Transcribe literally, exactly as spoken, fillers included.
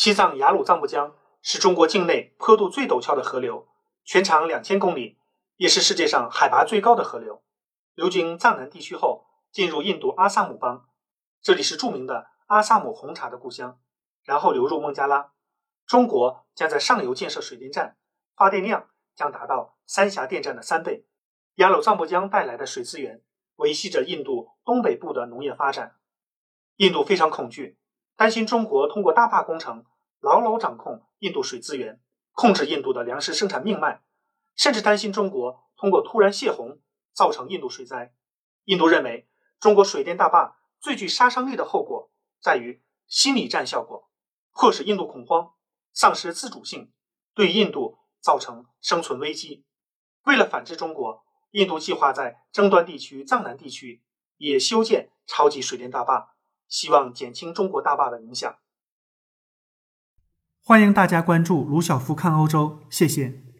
西藏雅鲁藏布江是中国境内坡度最陡峭的河流，全长两千公里，也是世界上海拔最高的河流。流经藏南地区后，进入印度阿萨姆邦，这里是著名的阿萨姆红茶的故乡，然后流入孟加拉。中国将在上游建设水电站，发电量将达到三峡电站的三倍。雅鲁藏布江带来的水资源维系着印度东北部的农业发展。印度非常恐惧，担心中国通过大坝工程牢牢掌控印度水资源，控制印度的粮食生产命脉，甚至担心中国通过突然泄洪造成印度水灾。印度认为中国水电大坝最具杀伤力的后果在于心理战效果，迫使印度恐慌，丧失自主性，对印度造成生存危机。为了反制中国，印度计划在争端地区藏南地区也修建超级水电大坝，希望减轻中国大坝的影响。 欢迎大家关注卢晓夫看欧洲，谢谢。